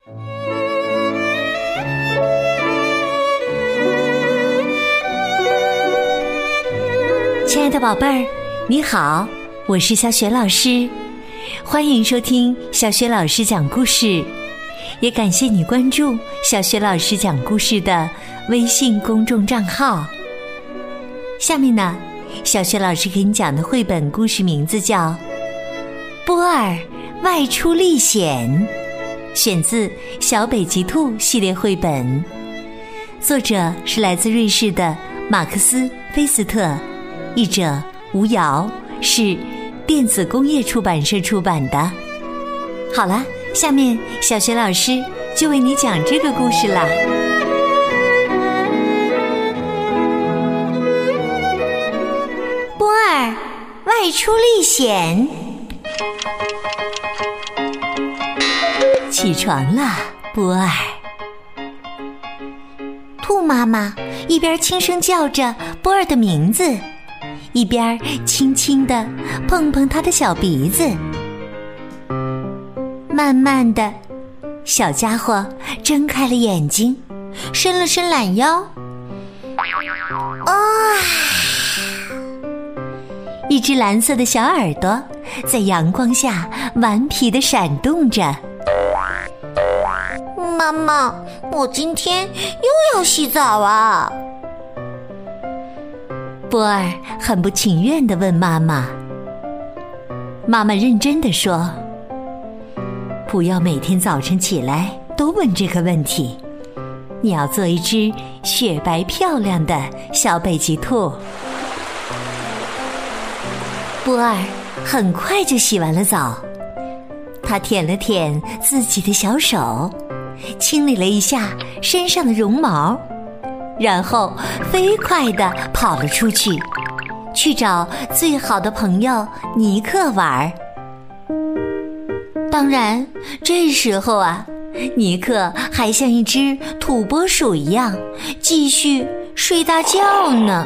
亲爱的宝贝儿，你好，我是小雪老师，欢迎收听小雪老师讲故事，也感谢你关注小雪老师讲故事的微信公众账号。下面呢，小雪老师给你讲的绘本故事名字叫《波尔外出历险》，选自小北极兔系列绘本，作者是来自瑞士的马克思·菲斯特，译者吴瑶，是电子工业出版社出版的。好了，下面小雪老师就为你讲这个故事啦。波尔外出历险。起床了，波尔。兔妈妈一边轻声叫着波尔的名字，一边轻轻地碰碰他的小鼻子。慢慢的，小家伙睁开了眼睛，伸了伸懒腰。一只蓝色的小耳朵在阳光下顽皮地闪动着。 妈妈，我今天又要洗澡啊！ 波尔很不情愿地问妈妈。妈妈认真地说：不要每天早晨起来都问这个问题，你要做一只雪白漂亮的小北极兔。波尔很快就洗完了澡，他舔了舔自己的小手，清理了一下身上的绒毛，然后飞快地跑了出去，去找最好的朋友尼克玩。当然，这时候啊，尼克还像一只土拨鼠一样，继续睡大觉呢。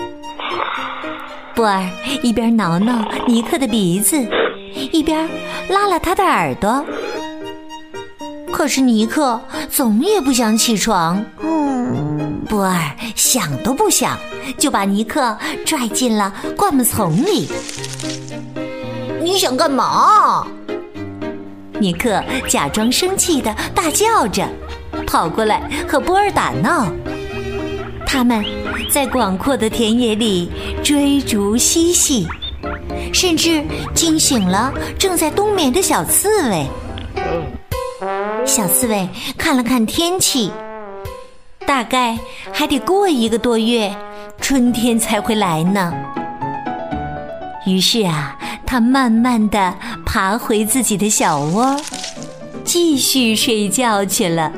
波尔一边挠挠尼克的鼻子，一边拉拉他的耳朵。可是尼克总也不想起床。波尔想都不想，就把尼克拽进了灌木丛里。 你想干嘛？ 尼克假装生气地大叫着，跑过来和波尔打闹。他们在广阔的田野里追逐嬉戏，甚至惊醒了正在冬眠的小刺猬。小刺猬看了看天气，大概还得过1个多月，春天才会来呢。于是啊，他慢慢地爬回自己的小窝，继续睡觉去了。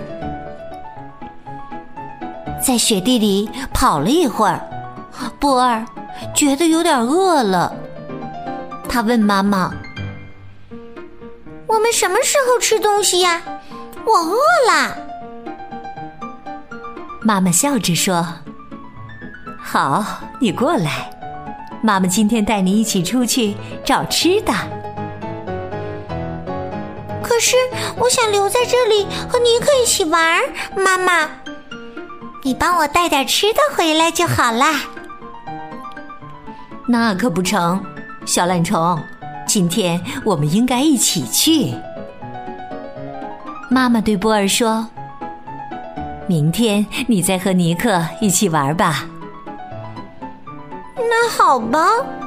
在雪地里跑了一会儿，波尔觉得有点饿了。他问妈妈： 我们什么时候吃东西呀？我饿啦。 妈妈笑着说：好，你过来，妈妈今天带你一起出去找吃的。 可是我想留在这里和尼克一起玩，妈妈，你帮我带点吃的回来就好啦。 那可不成，小懒虫，今天我们应该一起去。妈妈对波尔说：明天你再和尼克一起玩吧。 那好吧。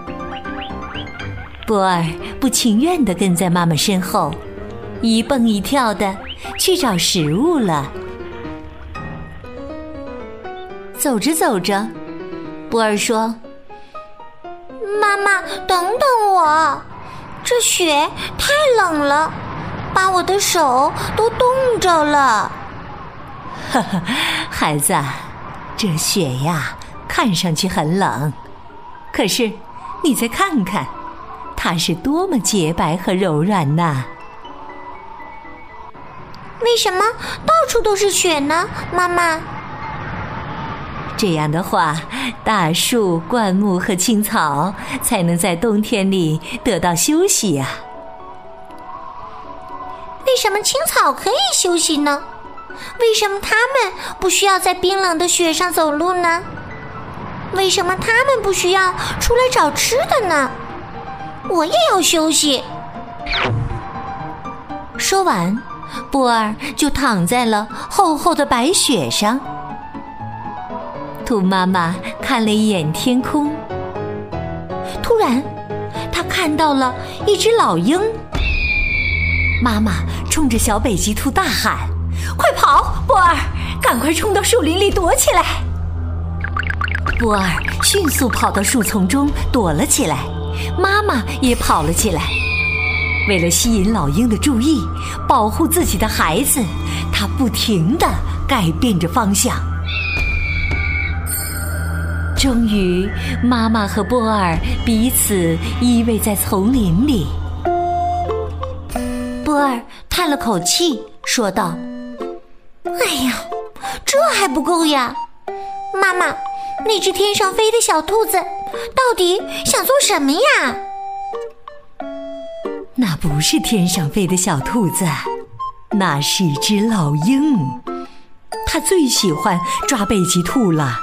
波尔不情愿地跟在妈妈身后，一蹦一跳地去找食物了。走着走着，波尔说： 妈妈，等等我，这雪太冷了，把我的手都冻着了。 哈哈，孩子，这雪呀，看上去很冷，可是你再看看，它是多么洁白和柔软呐！ 为什么到处都是雪呢，妈妈？ 这样的话，大树、灌木和青草才能在冬天里得到休息呀。 为什么青草可以休息呢？为什么它们不需要在冰冷的雪上走路呢？为什么它们不需要出来找吃的呢？我也要休息。 说完，波尔就躺在了厚厚的白雪上。兔妈妈看了一眼天空，突然她看到了一只老鹰。妈妈冲着小北极兔大喊：快跑，波尔，赶快冲到树林里躲起来。波尔迅速跑到树丛中躲了起来，妈妈也跑了起来。为了吸引老鹰的注意，保护自己的孩子，他不停地改变着方向。终于，妈妈和波尔彼此依偎在丛林里。波尔叹了口气，说道： 哎呀，这还不够呀！妈妈，那只天上飞的小兔子到底想做什么呀？ 那不是天上飞的小兔子，那是一只老鹰。它最喜欢抓北极兔了。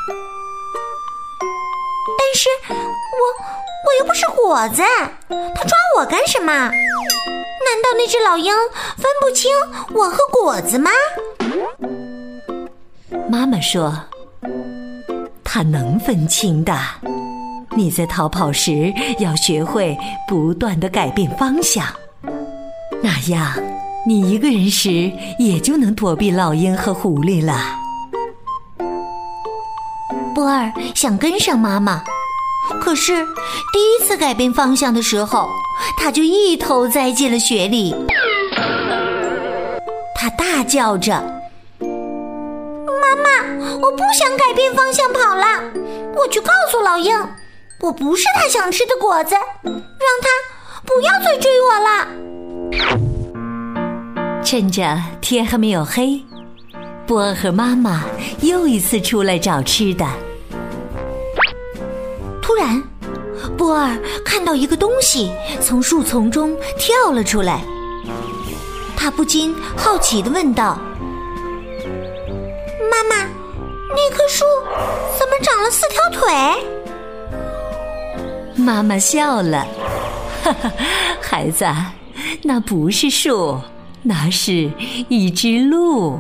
但是我又不是果子，它抓我干什么？难道那只老鹰分不清我和果子吗？ 妈妈说，它能分清的。你在逃跑时要学会不断地改变方向，那样你一个人时也就能躲避老鹰和狐狸了。 波尔想跟上妈妈，可是第一次改变方向的时候，他就一头栽进了雪里。他大叫着：妈妈，我不想改变方向跑了，我去告诉老鹰，我不是他想吃的果子，让他不要再追我了。 趁着天还没有黑，波尔和妈妈又一次出来找吃的。 突然，波尔看到一个东西从树丛中跳了出来，他不禁好奇地问道：妈妈，那棵树怎么长了4条腿？ 妈妈笑了，哈哈，孩子，那不是树，那是一只鹿。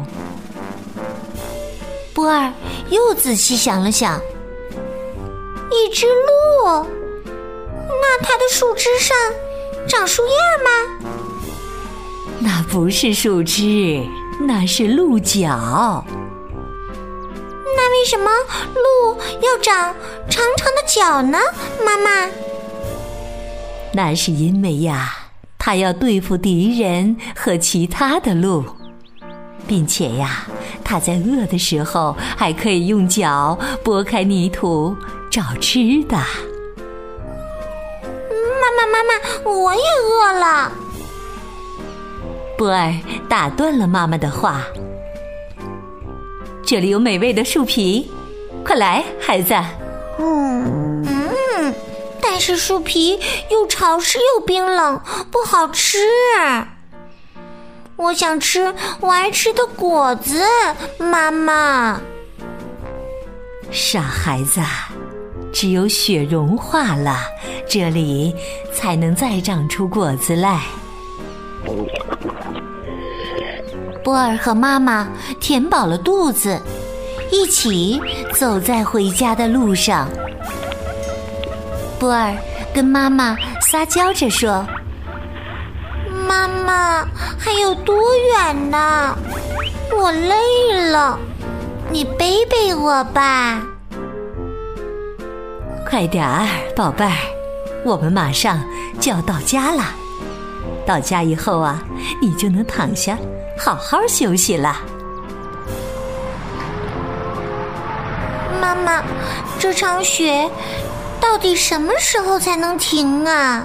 波尔又仔细想了想，一只鹿，那它的树枝上长树叶吗？ 那不是树枝，那是鹿角。 那为什么鹿要长长长的角呢，妈妈？ 那是因为呀，它要对付敌人和其他的鹿，并且呀，它在饿的时候还可以用脚拨开泥土找吃的。 妈妈，我也饿了。 波尔打断了妈妈的话：这里有美味的树皮，快来，孩子。 但是树皮又潮湿又冰冷，不好吃。我想吃我爱吃的果子，妈妈。 傻孩子，只有雪融化了，这里才能再长出果子来。 波尔和妈妈填饱了肚子，一起走在回家的路上。波尔跟妈妈撒娇着说：妈妈，还有多远呢？我累了，你背背我吧。 快点儿，宝贝儿，我们马上就要到家了。到家以后啊，你就能躺下好好休息了。 妈妈，这场雪到底什么时候才能停啊？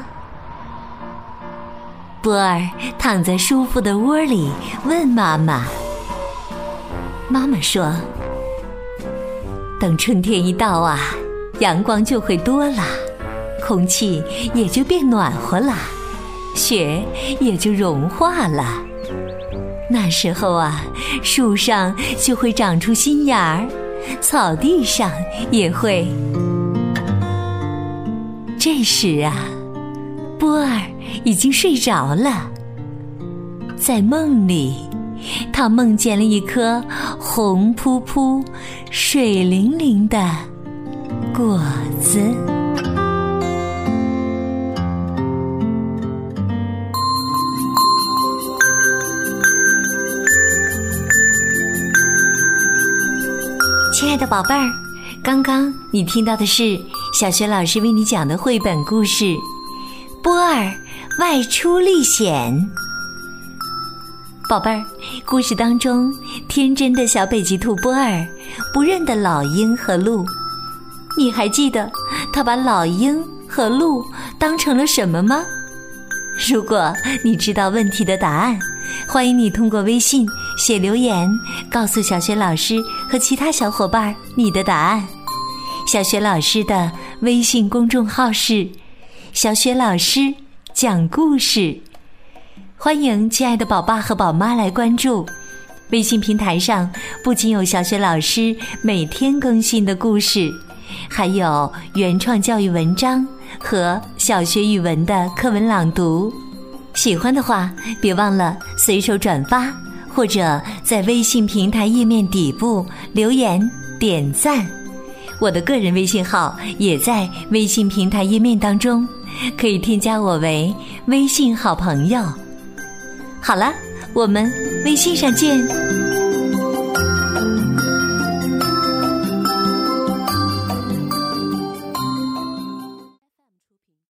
波尔躺在舒服的窝里问妈妈。妈妈说：等春天一到啊，阳光就会多了，空气也就变暖和了，雪也就融化了。 那时候啊，树上就会长出新芽儿，草地上也会。这时啊，波儿已经睡着了。在梦里，他梦见了一颗红扑扑、水灵灵的果子。亲爱的宝贝儿，刚刚你听到的是小学老师为你讲的绘本故事《波儿外出历险》。宝贝儿，故事当中天真的小北极兔波儿不认得老鹰和鹿，你还记得他把老鹰和鹿当成了什么吗？如果你知道问题的答案，欢迎你通过微信写留言告诉小学老师和其他小伙伴你的答案。小学老师的微信公众号是小学老师讲故事，欢迎亲爱的宝爸和宝妈来关注。微信平台上不仅有小学老师每天更新的故事，还有原创教育文章和小学语文的课文朗读。喜欢的话，别忘了随手转发，或者在微信平台页面底部留言点赞。我的个人微信号也在微信平台页面当中，可以添加我为微信好朋友。好了，我们微信上见。